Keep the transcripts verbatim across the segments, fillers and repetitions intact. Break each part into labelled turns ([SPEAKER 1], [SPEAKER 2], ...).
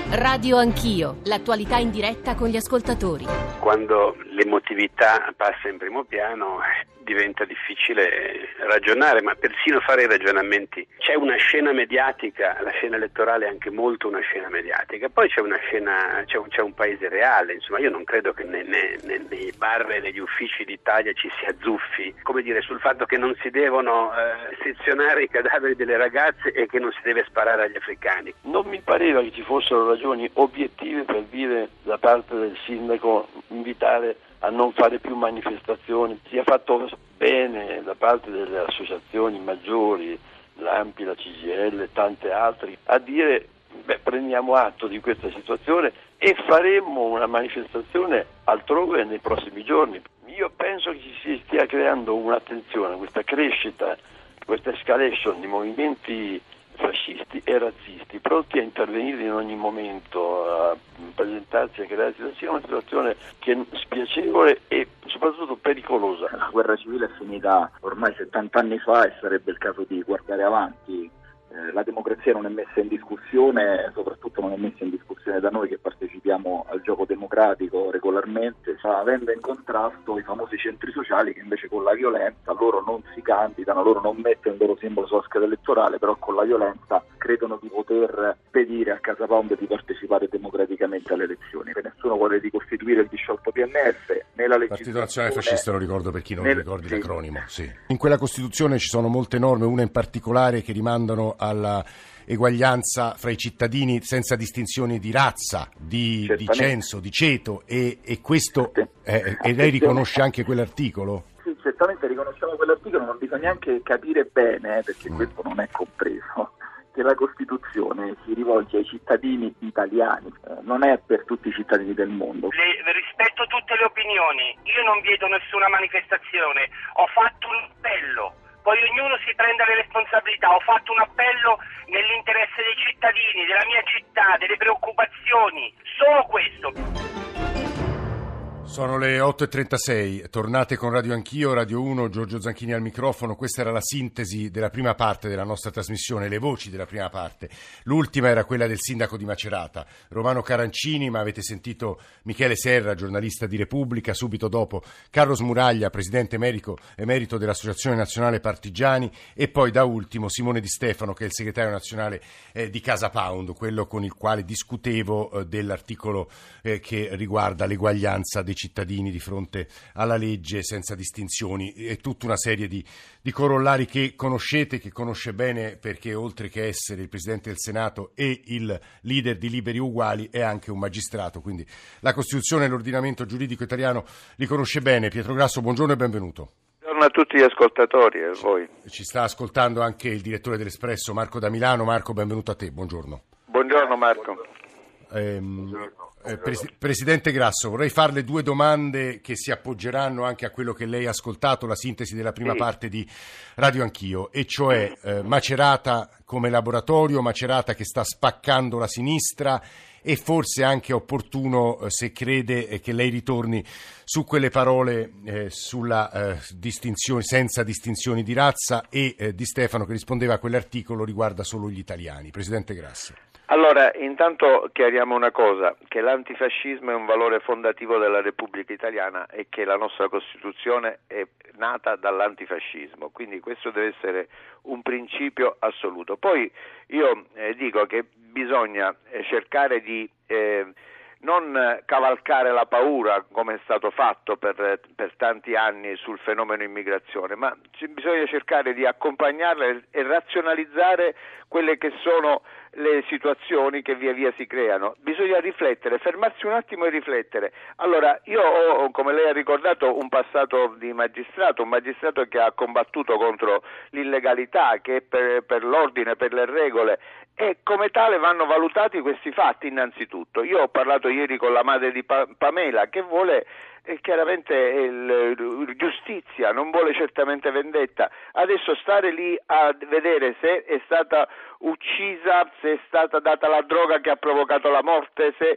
[SPEAKER 1] Radio Anch'io, l'attualità in diretta con gli ascoltatori.
[SPEAKER 2] Quando l'emotività passa in primo piano diventa difficile ragionare, ma persino fare i ragionamenti. C'è una scena mediatica, la scena elettorale è anche molto una scena mediatica, poi c'è una scena, c'è un, c'è un paese reale, insomma io non credo che ne, ne, ne, nei bar e negli uffici d'Italia ci sia zuffi, come dire, sul fatto che non si devono eh, sezionare i cadaveri delle ragazze e che non si deve sparare agli africani.
[SPEAKER 3] Non mi pareva che ci fossero ragioni obiettive per dire da parte del sindaco invitare a non fare più manifestazioni. Si è fatto bene da parte delle associazioni maggiori, l'Ampi, la C G I L e tante altre, a dire beh, prendiamo atto di questa situazione e faremo una manifestazione altrove nei prossimi giorni. Io penso che ci si stia creando un'attenzione, questa crescita, questa escalation di movimenti fascisti e razzisti pronti a intervenire in ogni momento, a presentarsi, a creare una situazione che è spiacevole e soprattutto pericolosa.
[SPEAKER 4] La guerra civile è finita ormai settanta anni fa e sarebbe il caso di guardare avanti. Eh, la democrazia non è messa in discussione, soprattutto non è messa in discussione da noi che partecipiamo al gioco democratico regolarmente, sta avendo in contrasto i famosi centri sociali che invece con la violenza loro non si candidano, loro non mettono il loro simbolo sulla scheda elettorale, però con la violenza credono di poter impedire a Casa Pound di partecipare democraticamente alle elezioni. Che nessuno vuole ricostituire il disciolto P N F né la legislazione.
[SPEAKER 5] Partito Nazionale Fascista, lo ricordo per chi non
[SPEAKER 4] nel...
[SPEAKER 5] ricordi
[SPEAKER 4] sì.
[SPEAKER 5] l'acronimo. Sì. In quella Costituzione ci sono molte norme, una in particolare che rimandano alla eguaglianza fra i cittadini senza distinzioni di razza, di, di censo, di ceto e, e questo eh, e lei riconosce anche quell'articolo?
[SPEAKER 4] Sì, certamente riconosciamo quell'articolo, non bisogna anche capire bene, perché mm. questo non è compreso, che la Costituzione si rivolge ai cittadini italiani, eh, non è per tutti i cittadini del mondo.
[SPEAKER 6] Le, rispetto tutte le opinioni, io non vedo nessuna manifestazione, ho fatto un appello. Poi ognuno si prenda le responsabilità. Ho fatto un appello nell'interesse dei cittadini, della mia città, delle preoccupazioni. Solo questo.
[SPEAKER 5] Sono le otto e trentasei, tornate con Radio Anch'io, Radio uno, Giorgio Zanchini al microfono. Questa era la sintesi della prima parte della nostra trasmissione, le voci della prima parte. L'ultima era quella del sindaco di Macerata, Romano Carancini, ma avete sentito Michele Serra, giornalista di Repubblica, subito dopo Carlo Smuraglia, presidente emerico, emerito dell'Associazione Nazionale Partigiani, e poi da ultimo Simone Di Stefano, che è il segretario nazionale eh, di Casa Pound, quello con il quale discutevo eh, dell'articolo eh, che riguarda l'eguaglianza dei cittadini di fronte alla legge senza distinzioni, e tutta una serie di, di corollari che conoscete, che conosce bene, perché oltre che essere il Presidente del Senato e il leader di Liberi Uguali è anche un magistrato, quindi la Costituzione e l'ordinamento giuridico italiano li conosce bene. Pietro Grasso, buongiorno e benvenuto.
[SPEAKER 3] Buongiorno a tutti gli ascoltatori e a voi.
[SPEAKER 5] Ci sta ascoltando anche il direttore dell'Espresso, Marco da Milano. Marco, benvenuto a te, buongiorno.
[SPEAKER 3] Buongiorno Marco.
[SPEAKER 5] Ehm, eh, Pres- Presidente Grasso, vorrei farle due domande che si appoggeranno anche a quello che lei ha ascoltato, la sintesi della prima sì. parte di Radio Anch'io, e cioè eh, Macerata come laboratorio, Macerata che sta spaccando la sinistra, e forse anche opportuno eh, se crede eh, che lei ritorni su quelle parole eh, sulla eh, distinzione, senza distinzioni di razza, e eh, Di Stefano che rispondeva a quell'articolo riguarda solo gli italiani. Presidente Grasso.
[SPEAKER 3] Allora, intanto chiariamo una cosa, che l'antifascismo è un valore fondativo della Repubblica Italiana e che la nostra Costituzione è nata dall'antifascismo, quindi questo deve essere un principio assoluto. Poi io eh, dico che bisogna eh, cercare di eh, non cavalcare la paura come è stato fatto per, per tanti anni sul fenomeno immigrazione, ma c- bisogna cercare di accompagnarla e, e razionalizzare quelle che sono le situazioni che via via si creano. Bisogna riflettere, fermarsi un attimo e riflettere. Allora, io ho, come lei ha ricordato, un passato di magistrato, un magistrato che ha combattuto contro l'illegalità, che è per, per l'ordine, per le regole, e come tale vanno valutati questi fatti innanzitutto. Io ho parlato ieri con la madre di pa- Pamela che vuole eh, chiaramente il, il, giustizia, non vuole certamente vendetta. Adesso stare lì a vedere se è stata uccisa, se è stata data la droga che ha provocato la morte, se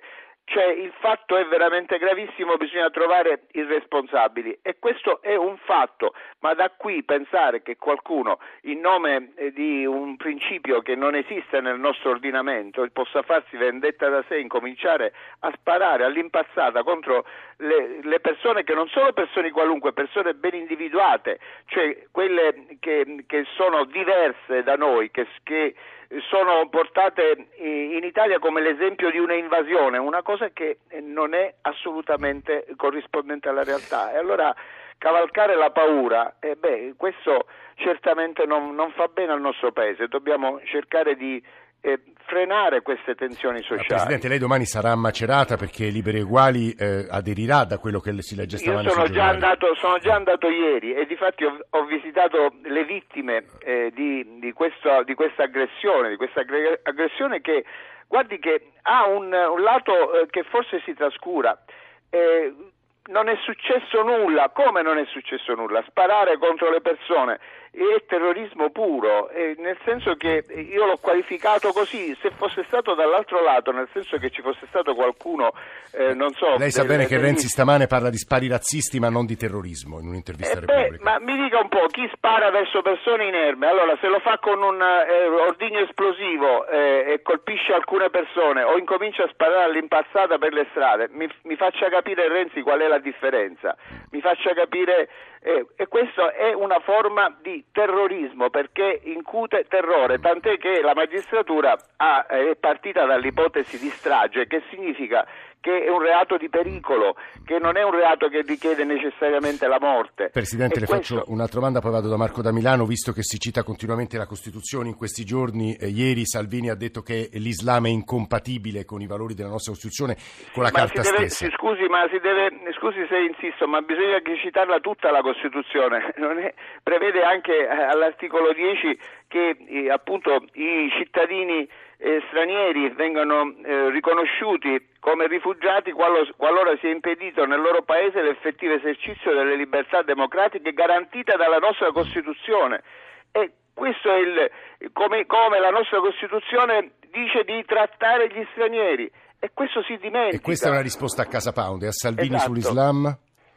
[SPEAKER 3] cioè il fatto è veramente gravissimo, bisogna trovare i responsabili e questo è un fatto, ma da qui pensare che qualcuno in nome di un principio che non esiste nel nostro ordinamento possa farsi vendetta da sé, incominciare a sparare all'impazzata contro le, le persone che non sono persone qualunque, persone ben individuate, cioè quelle che, che sono diverse da noi, che, che sono portate in Italia come l'esempio di una invasione, una cosa che non è assolutamente corrispondente alla realtà. E allora cavalcare la paura, eh beh, questo certamente non, non fa bene al nostro Paese, dobbiamo cercare di eh, frenare queste tensioni sociali. Ma
[SPEAKER 5] Presidente, lei domani sarà a Macerata perché Liberi e Uguali eh, aderirà da quello che si legge stamani.
[SPEAKER 3] Io sono già andato, sono già andato ieri e difatti ho, ho visitato le vittime eh, di, di, questo, di questa aggressione, di questa aggressione che, guardi, che ha un, un lato eh, che forse si trascura. Eh, non è successo nulla. Come non è successo nulla? Sparare contro le persone è terrorismo puro, eh, nel senso che io l'ho qualificato così. Se fosse stato dall'altro lato, nel senso che ci fosse stato qualcuno, eh, non so...
[SPEAKER 5] Lei sa
[SPEAKER 3] del,
[SPEAKER 5] bene che
[SPEAKER 3] del...
[SPEAKER 5] Renzi stamane parla di spari razzisti ma non di terrorismo in un'intervista
[SPEAKER 3] eh
[SPEAKER 5] a
[SPEAKER 3] beh,
[SPEAKER 5] Repubblica.
[SPEAKER 3] Ma mi dica un po', chi spara verso persone inermi, allora se lo fa con un eh, ordigno esplosivo eh, e colpisce alcune persone o incomincia a sparare all'impazzata per le strade, mi, mi faccia capire, Renzi, qual è la differenza, mi faccia capire... Eh, e questo è una forma di terrorismo perché incute terrore, tant'è che la magistratura ha, è partita dall'ipotesi di strage, che significa che è un reato di pericolo, che non è un reato che richiede necessariamente la morte.
[SPEAKER 5] Presidente,
[SPEAKER 3] e
[SPEAKER 5] le
[SPEAKER 3] questo...
[SPEAKER 5] faccio un'altra domanda, poi vado da Marco da Milano, visto che si cita continuamente la Costituzione in questi giorni. Eh, ieri Salvini ha detto che l'Islam è incompatibile con i valori della nostra Costituzione, con la
[SPEAKER 3] ma
[SPEAKER 5] Carta
[SPEAKER 3] si deve,
[SPEAKER 5] stessa.
[SPEAKER 3] Si scusi, ma si deve, scusi se insisto, ma bisogna che citarla tutta la Costituzione. Non è, prevede anche eh, all'articolo dieci che eh, appunto i cittadini eh, stranieri vengano eh, riconosciuti come rifugiati qualo, qualora sia impedito nel loro paese l'effettivo esercizio delle libertà democratiche garantite dalla nostra Costituzione. E questo è il come, come la nostra Costituzione dice di trattare gli stranieri, e questo si dimentica.
[SPEAKER 5] E questa è una risposta a Casa Pound e a Salvini
[SPEAKER 3] esatto.
[SPEAKER 5] sull'Islam?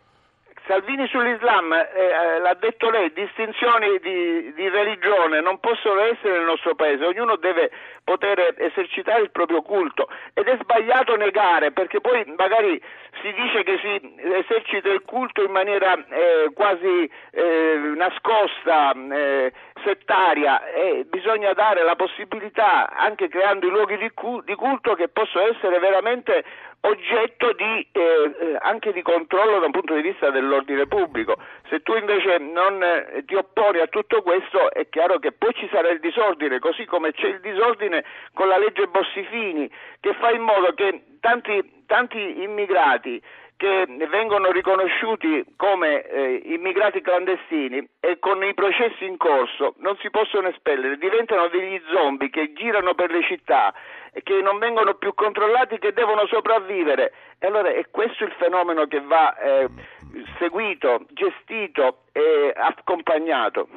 [SPEAKER 3] Salvini sull'Islam, eh, l'ha detto lei, distinzioni di, di religione non possono essere nel nostro paese, ognuno deve poter esercitare il proprio culto, ed è sbagliato negare, perché poi magari si dice che si esercita il culto in maniera eh, quasi eh, nascosta, eh, settaria, e bisogna dare la possibilità, anche creando i luoghi di culto, che possono essere veramente oggetto di eh, anche di controllo da un punto di vista dell'ordine pubblico. Se tu invece non eh, ti opponi a tutto questo, è chiaro che poi ci sarà il disordine, così come c'è il disordine con la legge Bossi-Fini, che fa in modo che tanti, tanti immigrati che vengono riconosciuti come eh, immigrati clandestini e con i processi in corso non si possono espellere, diventano degli zombie che girano per le città e che non vengono più controllati, che devono sopravvivere. E allora è questo il fenomeno che va eh, seguito, gestito e accompagnato.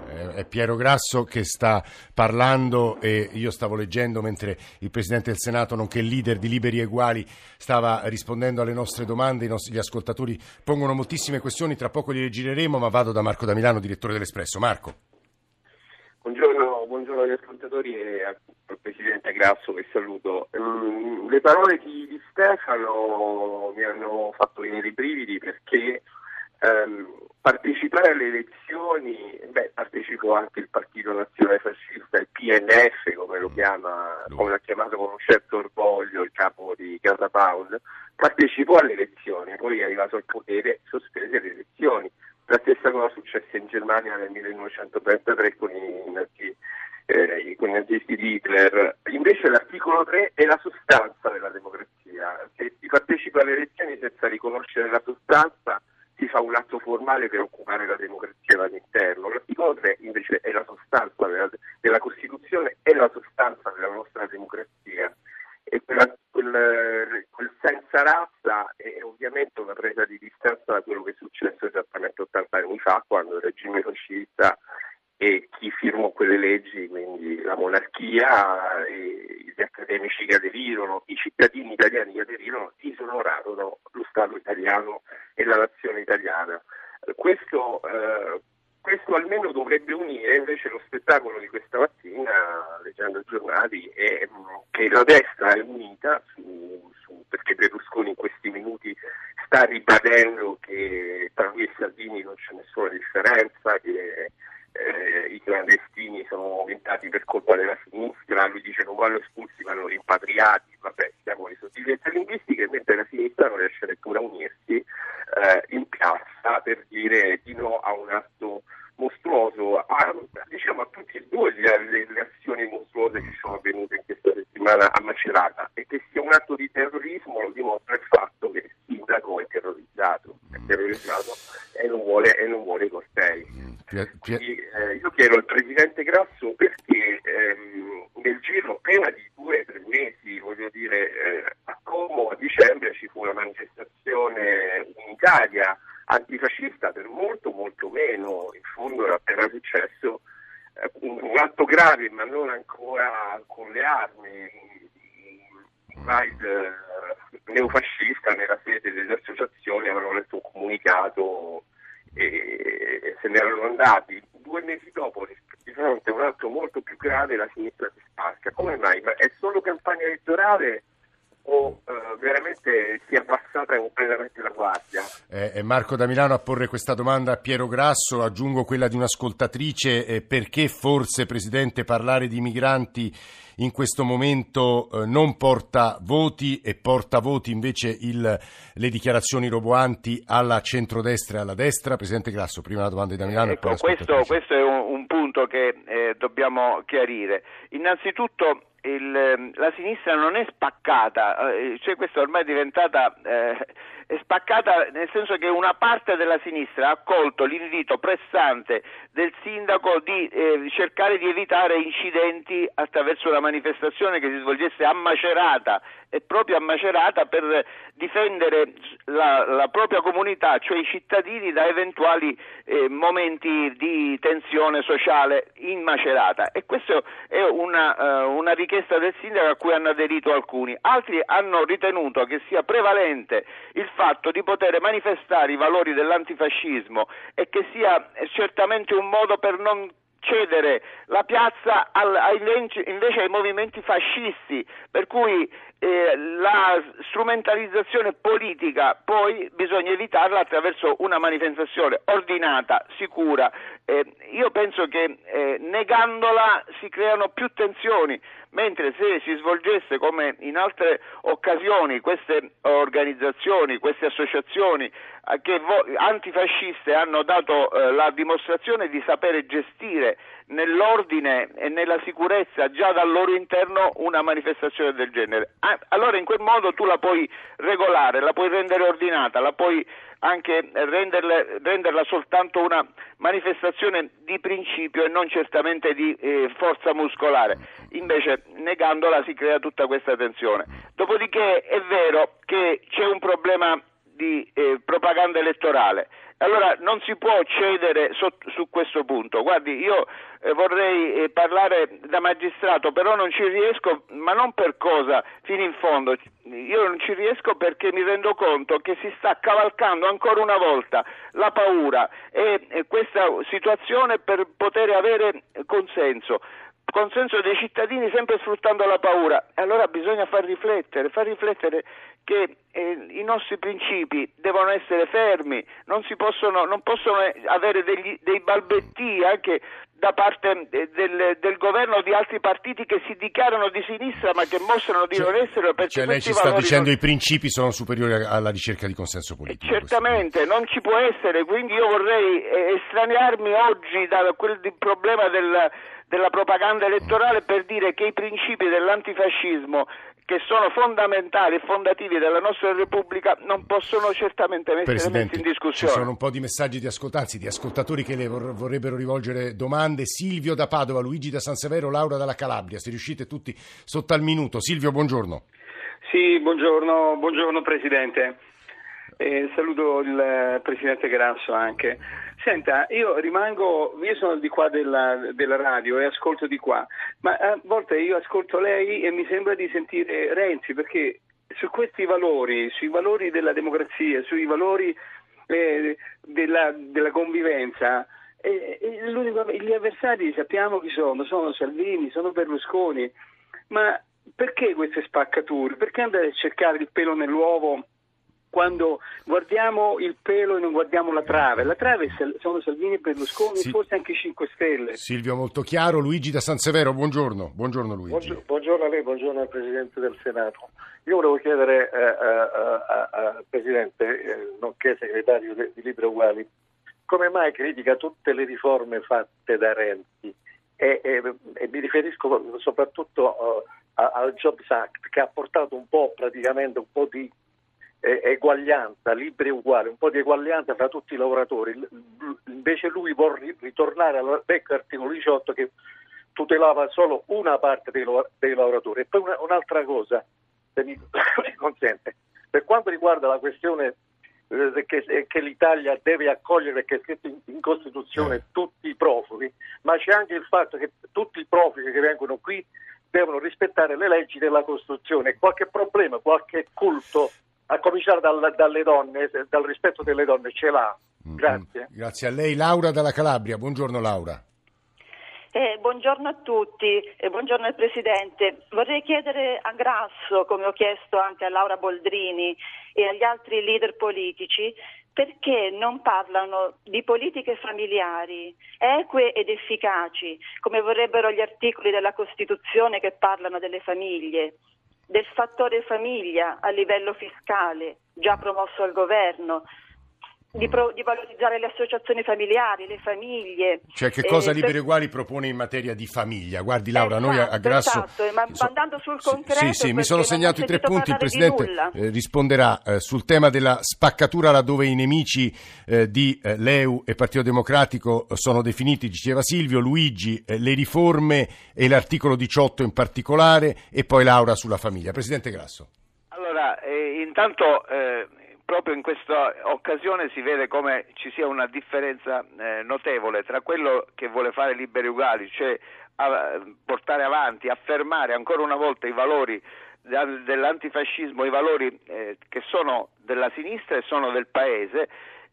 [SPEAKER 5] È Piero Grasso che sta parlando, e io stavo leggendo mentre il Presidente del Senato, nonché il leader di Liberi e Uguali, stava rispondendo alle nostre domande. I nostri, gli ascoltatori pongono moltissime questioni, tra poco li gireremo, ma vado da Marco da Milano, direttore dell'Espresso. Marco.
[SPEAKER 7] Buongiorno, buongiorno agli ascoltatori e al Presidente Grasso, che saluto. Um, le parole di, di Stefano mi hanno fatto venire i brividi, perché um, partecipare alle elezioni, beh, partecipò anche il Partito Nazionale Fascista, il P N F, come lo chiama, come l'ha chiamato con un certo orgoglio il capo di Casa Pound, partecipò alle elezioni, poi è arrivato al potere, sospese le elezioni. La stessa cosa successe in Germania nel millenovecentotrentatré con i, nazi, eh, con i nazisti di Hitler. Invece l'articolo tre è la sostanza della democrazia. Se si partecipa alle elezioni senza riconoscere la sostanza, si fa un atto formale per occupare la democrazia dall'interno. L'articolo tre invece è la sostanza della, della Costituzione, è la sostanza della nostra democrazia. E quella, quel, quel senza razza è ovviamente una presa di distanza da quello che è successo esattamente ottanta anni fa, quando il regime fascista e chi firmò quelle leggi, quindi la monarchia e il gli accademici che aderirono, i cittadini italiani che aderirono, disonorarono lo Stato italiano e la nazione italiana. Questo, eh, questo almeno dovrebbe unire, invece lo spettacolo di questa mattina, leggendo i giornali, è che la destra è unita, su, su, perché Berlusconi in questi minuti sta ribadendo che tra lui e Salvini non c'è nessuna differenza, che eh, i clandestini sono aumentati per colpa della sinistra, lui dice non vanno espulsi, vanno rimpatriati, vabbè, siamo le sottigliezze linguistiche, mentre la sinistra non riesce neppure a unirsi eh, in piazza per dire di no a un atto mostruoso, a, diciamo a tutti e due le, le, le azioni mostruose che sono avvenute in questa settimana a Macerata, e che sia un atto di terrorismo lo dimostra il fatto che il sindaco è terrorizzato, è terrorizzato e non vuole, e non vuole i cortei. Quindi, eh, io chiedo al Presidente Grasso perché ehm, nel giro appena di due o tre mesi, voglio dire, eh, a Como a dicembre ci fu una manifestazione unitaria antifascista per molto molto meno, in fondo era appena successo eh, un, un atto grave ma non ancora con le armi, un raid eh, neofascista nella sede delle associazioni, avevano letto un comunicato e, e se ne erano andati. Due mesi dopo, di fronte a un atto molto più grave, la sinistra si spacca. Come mai? Ma è solo campagna elettorale o uh, veramente si è abbassata completamente la guardia?
[SPEAKER 5] Eh, è Marco da Milano a porre questa domanda a Piero Grasso. Aggiungo quella di un'ascoltatrice: eh, perché forse, Presidente, parlare di migranti in questo momento eh, non porta voti e porta voti invece il, le dichiarazioni roboanti alla centrodestra e alla destra? Presidente Grasso, prima la domanda di da Milano.
[SPEAKER 3] Ecco,
[SPEAKER 5] e poi
[SPEAKER 3] questo, questo è un, un punto che eh, dobbiamo chiarire. Innanzitutto Il, la sinistra non è spaccata, eh, cioè questa ormai è diventata eh, è spaccata nel senso che una parte della sinistra ha accolto l'invito pressante del sindaco di eh, cercare di evitare incidenti attraverso una manifestazione che si svolgesse a Macerata, e proprio a Macerata, per difendere la, la propria comunità, cioè i cittadini, da eventuali eh, momenti di tensione sociale in Macerata. E questa è una, uh, una richiesta del sindaco a cui hanno aderito alcuni. Altri hanno ritenuto che sia prevalente il fatto di poter manifestare i valori dell'antifascismo e che sia certamente un modo per non cedere la piazza al, ai, invece ai movimenti fascisti, per cui eh, la strumentalizzazione politica poi bisogna evitarla attraverso una manifestazione ordinata, sicura. Eh, io penso che eh, negandola si creano più tensioni, mentre se si svolgesse come in altre occasioni queste organizzazioni, queste associazioni eh, che vo- antifasciste hanno dato eh, la dimostrazione di sapere gestire nell'ordine e nella sicurezza già dal loro interno una manifestazione del genere, ah, allora in quel modo tu la puoi regolare, la puoi rendere ordinata, la puoi anche renderla, renderla soltanto una manifestazione di principio e non certamente di eh, forza muscolare. Invece negandola si crea tutta questa tensione. Dopodiché è vero che c'è un problema di eh, propaganda elettorale. Allora non si può cedere so, su questo punto. Guardi, io eh, vorrei eh, parlare da magistrato, però non ci riesco, ma non per cosa, fino in fondo. Io non ci riesco perché mi rendo conto che si sta cavalcando ancora una volta la paura e, e questa situazione per poter avere consenso. Consenso dei cittadini, sempre sfruttando la paura. Allora bisogna far riflettere, far riflettere che eh, i nostri principi devono essere fermi, non si possono, non possono avere degli, dei balbetti anche da parte del, del governo o di altri partiti che si dichiarano di sinistra ma che mostrano di cioè, non essere, perché
[SPEAKER 5] cioè lei ci sta dicendo non... i principi sono superiori alla ricerca di consenso politico.
[SPEAKER 3] Certamente, non ci può essere, quindi io vorrei estraniarmi oggi da quel problema del della propaganda elettorale per dire che i principi dell'antifascismo, che sono fondamentali e fondativi della nostra Repubblica, non possono certamente essere
[SPEAKER 5] Presidente,
[SPEAKER 3] messi in discussione.
[SPEAKER 5] Ci sono un po' di messaggi di ascoltanti, di ascoltatori che le vor- vorrebbero rivolgere domande. Silvio da Padova, Luigi da San Severo, Laura dalla Calabria. Se riuscite tutti sotto al minuto. Silvio, buongiorno.
[SPEAKER 8] Sì, buongiorno, buongiorno Presidente. Eh, saluto il Presidente Grasso anche. Senta, io rimango, io sono di qua della, della radio e ascolto di qua, ma a volte io ascolto lei e mi sembra di sentire Renzi, perché su questi valori, sui valori della democrazia, sui valori eh, della, della convivenza, eh, gli avversari sappiamo chi sono, sono Salvini, sono Berlusconi, ma perché queste spaccature? Perché andare a cercare il pelo nell'uovo quando guardiamo il pelo e non guardiamo la trave? La trave sono Salvini e Berlusconi, sì, e forse anche i cinque Stelle.
[SPEAKER 5] Silvio, molto chiaro. Luigi da San Severo, buongiorno. Buongiorno Luigi.
[SPEAKER 9] Buongiorno, buongiorno a lei, buongiorno al Presidente del Senato. Io volevo chiedere al Presidente, eh, nonché segretario de, di Libri Uguali, come mai critica tutte le riforme fatte da Renzi? E, e, e mi riferisco soprattutto uh, al Jobs Act, che ha portato un po' praticamente un po' di eh, eguaglianza, liberi uguali, un po' di eguaglianza tra tutti i lavoratori. Invece lui vuole ritornare al vecchio articolo diciotto che tutelava solo una parte dei, dei lavoratori. E poi una, un'altra cosa, se mi consente, per quanto riguarda la questione eh, che, che l'Italia deve accogliere, che è scritto in, in Costituzione, eh. tutti i profughi, ma c'è anche il fatto che tutti i profughi che vengono qui devono rispettare le leggi della Costituzione. Qualche problema, qualche culto, a cominciare dal, dalle donne, dal rispetto delle donne, ce l'ha. Grazie.
[SPEAKER 5] Mm, grazie a lei. Laura dalla Calabria. Buongiorno Laura.
[SPEAKER 10] Eh, buongiorno a tutti e buongiorno al Presidente. Vorrei chiedere a Grasso, come ho chiesto anche a Laura Boldrini e agli altri leader politici, perché non parlano di politiche familiari eque ed efficaci, come vorrebbero gli articoli della Costituzione che parlano delle famiglie, del fattore famiglia a livello fiscale, già promosso al governo, di, pro, di valorizzare le associazioni familiari, le famiglie.
[SPEAKER 5] Cioè che cosa
[SPEAKER 10] eh,
[SPEAKER 5] Liberi
[SPEAKER 10] per...
[SPEAKER 5] Uguali propone in materia di famiglia? Guardi Laura,
[SPEAKER 10] esatto,
[SPEAKER 5] noi a, a Grasso...
[SPEAKER 10] Esatto, ma
[SPEAKER 5] so,
[SPEAKER 10] andando sul concreto...
[SPEAKER 5] Sì, sì, mi sono segnato i tre punti, il Presidente
[SPEAKER 10] eh,
[SPEAKER 5] risponderà eh, sul tema della spaccatura laddove i nemici eh, di eh, l'E U e Partito Democratico sono definiti, diceva Silvio, Luigi, eh, le riforme e l'articolo diciotto in particolare, e poi Laura sulla famiglia. Presidente Grasso.
[SPEAKER 3] Allora, eh, intanto... Eh... proprio in questa occasione si vede come ci sia una differenza eh, notevole tra quello che vuole fare Liberi Uguali, cioè a, portare avanti, affermare ancora una volta i valori del, dell'antifascismo, i valori eh, che sono della sinistra e sono del Paese,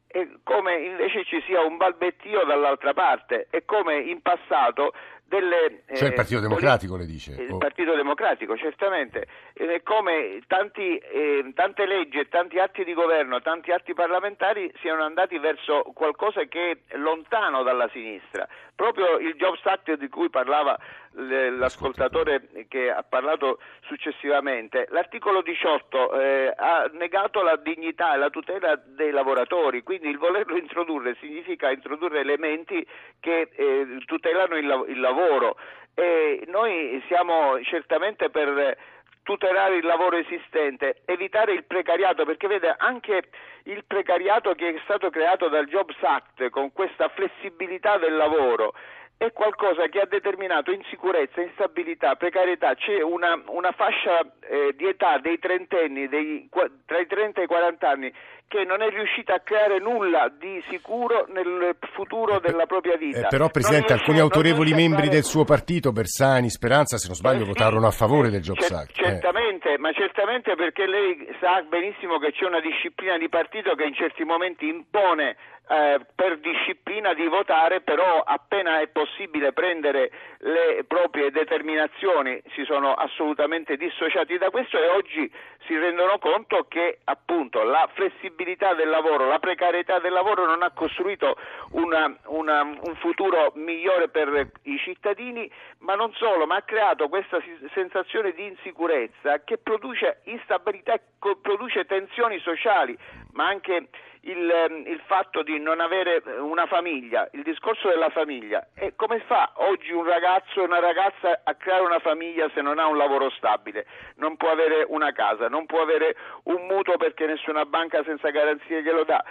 [SPEAKER 3] e come invece ci sia un balbettio dall'altra parte, e come in passato delle,
[SPEAKER 5] cioè il Partito
[SPEAKER 3] eh,
[SPEAKER 5] Democratico le dice?
[SPEAKER 3] Il
[SPEAKER 5] oh.
[SPEAKER 3] Partito Democratico, certamente, eh, come tanti, eh, tante leggi e tanti atti di governo, tanti atti parlamentari siano andati verso qualcosa che è lontano dalla sinistra. Proprio il Jobs Act di cui parlava l'ascoltatore che ha parlato successivamente, l'articolo diciotto eh, ha negato la dignità e la tutela dei lavoratori, quindi il volerlo introdurre significa introdurre elementi che eh, tutelano il, il lavoro, e noi siamo certamente per tutelare il lavoro esistente, evitare il precariato, perché vede anche il precariato che è stato creato dal Jobs Act con questa flessibilità del lavoro è qualcosa che ha determinato insicurezza, instabilità, precarietà. C'è una, una fascia eh, di età dei trentenni, dei, tra i trenta e i quaranta anni, che non è riuscita a creare nulla di sicuro nel futuro della propria vita.
[SPEAKER 5] Eh, però Presidente,
[SPEAKER 3] non
[SPEAKER 5] alcuni
[SPEAKER 3] riesce,
[SPEAKER 5] autorevoli membri
[SPEAKER 3] creare...
[SPEAKER 5] del suo partito, Bersani, Speranza, se non sbaglio, eh, sì, votarono a favore del Jobs Act.
[SPEAKER 3] Certamente, eh. ma certamente perché lei sa benissimo che c'è una disciplina di partito che in certi momenti impone Eh, per disciplina di votare, però appena è possibile prendere le proprie determinazioni si sono assolutamente dissociati da questo, e oggi si rendono conto che appunto la flessibilità del lavoro, la precarietà del lavoro non ha costruito una, una, un futuro migliore per i cittadini, ma non solo, ma ha creato questa sensazione di insicurezza che produce instabilità, produce tensioni sociali, ma anche Il, il fatto di non avere una famiglia, il discorso della famiglia. E come fa oggi un ragazzo e una ragazza a creare una famiglia se non ha un lavoro stabile? Non può avere una casa, non può avere un mutuo perché nessuna banca senza garanzie glielo dà.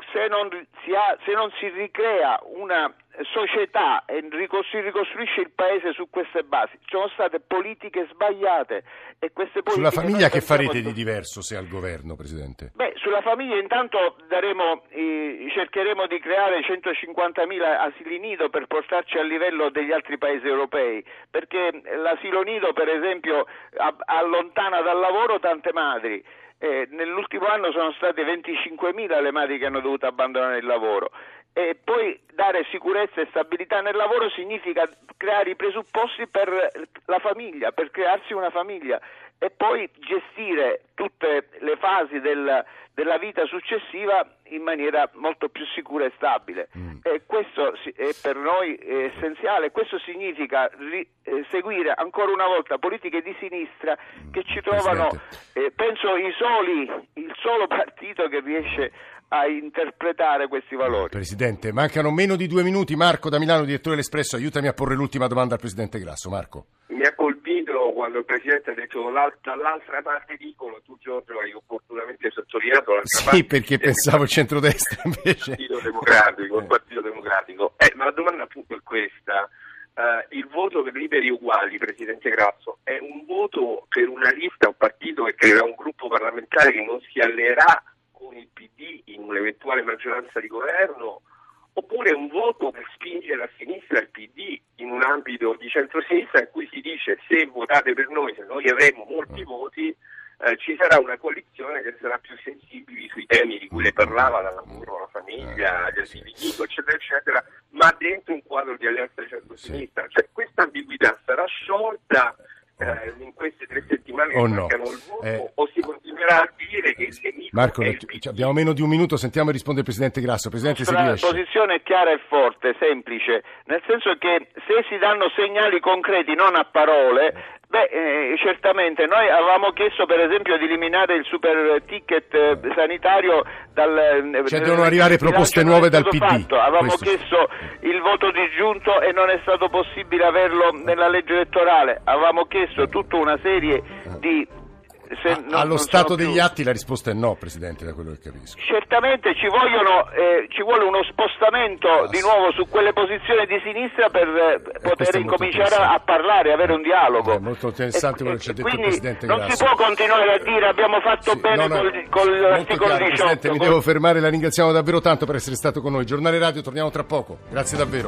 [SPEAKER 3] se non si, ha, se non si ricrea una società e si ricostruisce il paese su queste basi, ci sono state politiche sbagliate e queste politiche.
[SPEAKER 5] Sulla famiglia che farete di diverso se al governo, Presidente?
[SPEAKER 3] Beh, sulla famiglia intanto daremo, eh, cercheremo di creare centocinquantamila asili nido per portarci a livello degli altri paesi europei, perché l'asilo nido per esempio allontana dal lavoro tante madri. Eh, nell'ultimo anno sono state venticinquemila le madri che hanno dovuto abbandonare il lavoro. E poi dare sicurezza e stabilità nel lavoro significa creare i presupposti per la famiglia, per crearsi una famiglia e poi gestire tutte le fasi del, della vita successiva in maniera molto più sicura e stabile. Mm. E questo è per noi è essenziale. Questo significa ri, eh, seguire ancora una volta politiche di sinistra che ci trovano, eh, penso, i soli, il solo partito che riesce a interpretare questi valori.
[SPEAKER 5] Presidente, mancano meno di due minuti. Marco da Milano, direttore dell'Espresso, aiutami a porre l'ultima domanda al Presidente Grasso. Marco.
[SPEAKER 7] Mi ha colpito quando il Presidente ha detto dall'altra parte dicono, tu Giorgio hai opportunamente sottolineato l'altra
[SPEAKER 5] sì,
[SPEAKER 7] parte.
[SPEAKER 5] Sì, perché pensavo il centrodestra invece.
[SPEAKER 7] Il Partito Democratico, il Partito Democratico. Eh, ma la domanda appunto è questa. Uh, il voto per Liberi Uguali, Presidente Grasso, è un voto per una lista, un partito che creerà un gruppo parlamentare che non si alleerà con il P D in un'eventuale maggioranza di governo, oppure un voto per spingere a sinistra il P D in un ambito di centrosinistra in cui si dice se votate per noi, se noi avremo molti voti, eh, ci sarà una coalizione che sarà più sensibile sui temi di cui le parlava, dal lavoro, la famiglia, gli asili nido, eccetera, eccetera, ma dentro un quadro di alleanza di centrosinistra. Cioè questa ambiguità sarà sciolta eh, in queste tre settimane
[SPEAKER 5] oh
[SPEAKER 7] che
[SPEAKER 5] no.
[SPEAKER 7] mancano il voto,
[SPEAKER 5] eh.
[SPEAKER 7] o si continuerà a dire che il nemico
[SPEAKER 5] Marco,
[SPEAKER 7] è il P D?
[SPEAKER 5] abbiamo meno di un minuto, sentiamo e risponde il Presidente Grasso. Presidente, se
[SPEAKER 3] La
[SPEAKER 5] riesce.
[SPEAKER 3] posizione è chiara e forte, semplice, nel senso che se si danno segnali concreti, non a parole, beh, eh, certamente noi avevamo chiesto per esempio di eliminare il super ticket eh, sanitario dal...
[SPEAKER 5] Cioè devono arrivare proposte nuove dal P D.
[SPEAKER 3] Fatto. Avevamo
[SPEAKER 5] Questo.
[SPEAKER 3] chiesto il voto disgiunto e non è stato possibile averlo nella legge elettorale, avevamo chiesto tutta una serie di... Se non,
[SPEAKER 5] Allo
[SPEAKER 3] non
[SPEAKER 5] stato
[SPEAKER 3] più...
[SPEAKER 5] degli atti la risposta è no, Presidente, da quello che capisco.
[SPEAKER 3] Certamente ci vogliono eh, ci vuole uno spostamento
[SPEAKER 5] ah,
[SPEAKER 3] di
[SPEAKER 5] sì.
[SPEAKER 3] nuovo su quelle posizioni di sinistra per eh, poter incominciare a parlare, avere un dialogo.
[SPEAKER 5] È molto interessante quello che ci ha detto il Presidente
[SPEAKER 3] non
[SPEAKER 5] Grasso.
[SPEAKER 3] Si può continuare a dire abbiamo fatto
[SPEAKER 5] sì,
[SPEAKER 3] bene
[SPEAKER 5] no, no,
[SPEAKER 3] col, con l'articolo diciotto.
[SPEAKER 5] Presidente, mi
[SPEAKER 3] col...
[SPEAKER 5] devo fermare, la ringraziamo davvero tanto per essere stato con noi. Giornale Radio, torniamo tra poco. Grazie davvero.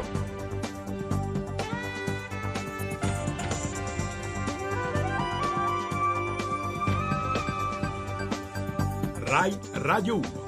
[SPEAKER 11] Rai Radio uno.